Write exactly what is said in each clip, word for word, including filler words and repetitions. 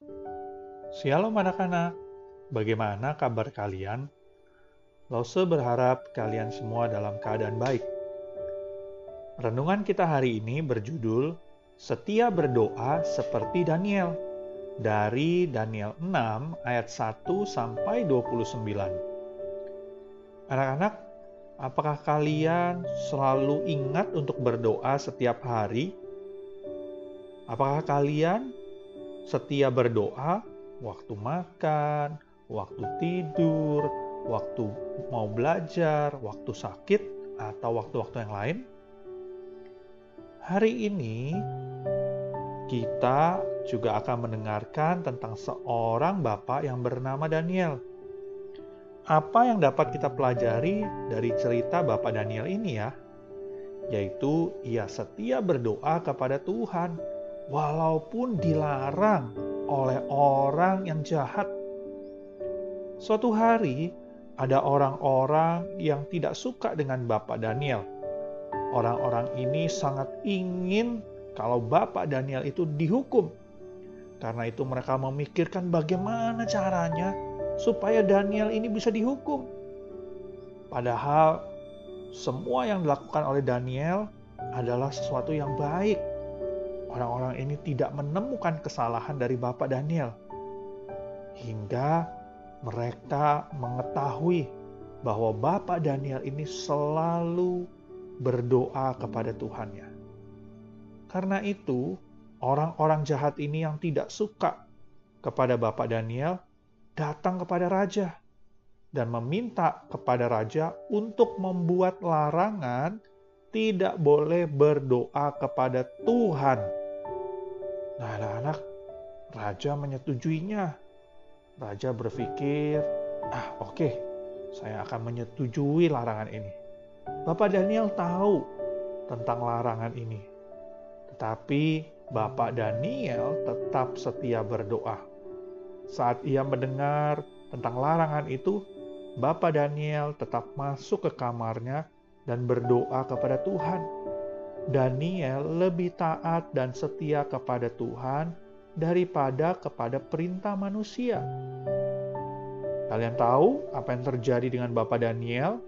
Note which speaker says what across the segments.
Speaker 1: Shalom anak-anak, bagaimana kabar kalian? Lause berharap kalian semua dalam keadaan baik. Renungan kita hari ini berjudul Setia Berdoa Seperti Daniel, dari Daniel enam ayat satu sampai dua puluh sembilan. Anak-anak, apakah kalian selalu ingat untuk berdoa setiap hari? Apakah kalian setia berdoa waktu makan, waktu tidur, waktu mau belajar, waktu sakit, atau waktu-waktu yang lain? Hari ini kita juga akan mendengarkan tentang seorang bapak yang bernama Daniel. Apa yang dapat kita pelajari dari cerita Bapak Daniel ini ya? Yaitu ia setia berdoa kepada Tuhan walaupun dilarang oleh orang yang jahat. Suatu hari, ada orang-orang yang tidak suka dengan Bapak Daniel. Orang-orang ini sangat ingin kalau Bapak Daniel itu dihukum. Karena itu mereka memikirkan bagaimana caranya supaya Daniel ini bisa dihukum. Padahal semua yang dilakukan oleh Daniel adalah sesuatu yang baik. Orang-orang ini tidak menemukan kesalahan dari Bapak Daniel. Hingga mereka mengetahui bahwa Bapak Daniel ini selalu berdoa kepada Tuhannya. Karena itu, orang-orang jahat ini yang tidak suka kepada Bapak Daniel datang kepada raja dan meminta kepada raja untuk membuat larangan tidak boleh berdoa kepada Tuhan. Nah, anak-anak, raja menyetujuinya. Raja berpikir, ah oke, okay, saya akan menyetujui larangan ini. Bapak Daniel tahu tentang larangan ini. Tetapi Bapak Daniel tetap setia berdoa. Saat ia mendengar tentang larangan itu, Bapak Daniel tetap masuk ke kamarnya dan berdoa kepada Tuhan. Daniel lebih taat dan setia kepada Tuhan daripada kepada perintah manusia. Kalian tahu apa yang terjadi dengan Bapak Daniel?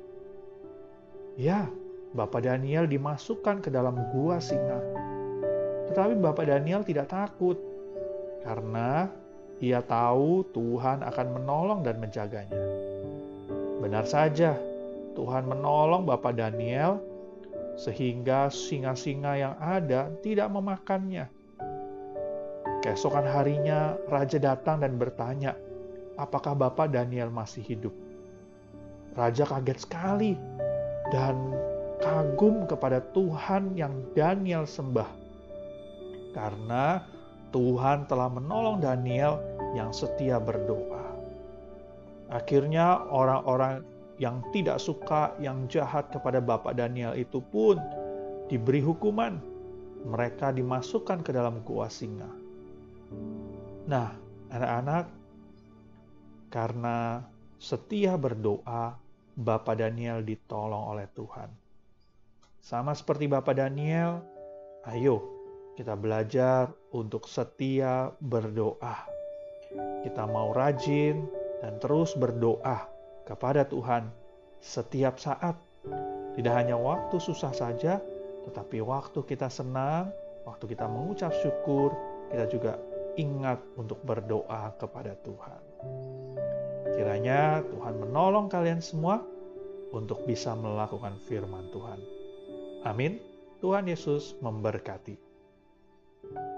Speaker 1: Ya, Bapak Daniel dimasukkan ke dalam gua singa. Tetapi Bapak Daniel tidak takut, karena ia tahu Tuhan akan menolong dan menjaganya. Benar saja, Tuhan menolong Bapak Daniel, sehingga singa-singa yang ada tidak memakannya. Keesokan harinya, raja datang dan bertanya, apakah Bapak Daniel masih hidup? Raja kaget sekali dan kagum kepada Tuhan yang Daniel sembah. Karena Tuhan telah menolong Daniel yang setia berdoa. Akhirnya orang-orang yang tidak suka, yang jahat kepada Bapak Daniel itu pun diberi hukuman. Mereka dimasukkan ke dalam gua singa. Nah, anak-anak, karena setia berdoa, Bapak Daniel ditolong oleh Tuhan. Sama seperti Bapak Daniel, ayo kita belajar untuk setia berdoa. Kita mau rajin dan terus berdoa kepada Tuhan setiap saat. Tidak hanya waktu susah saja, tetapi waktu kita senang, waktu kita mengucap syukur, kita juga ingat untuk berdoa kepada Tuhan. Kiranya Tuhan menolong kalian semua untuk bisa melakukan firman Tuhan. Amin. Tuhan Yesus memberkati.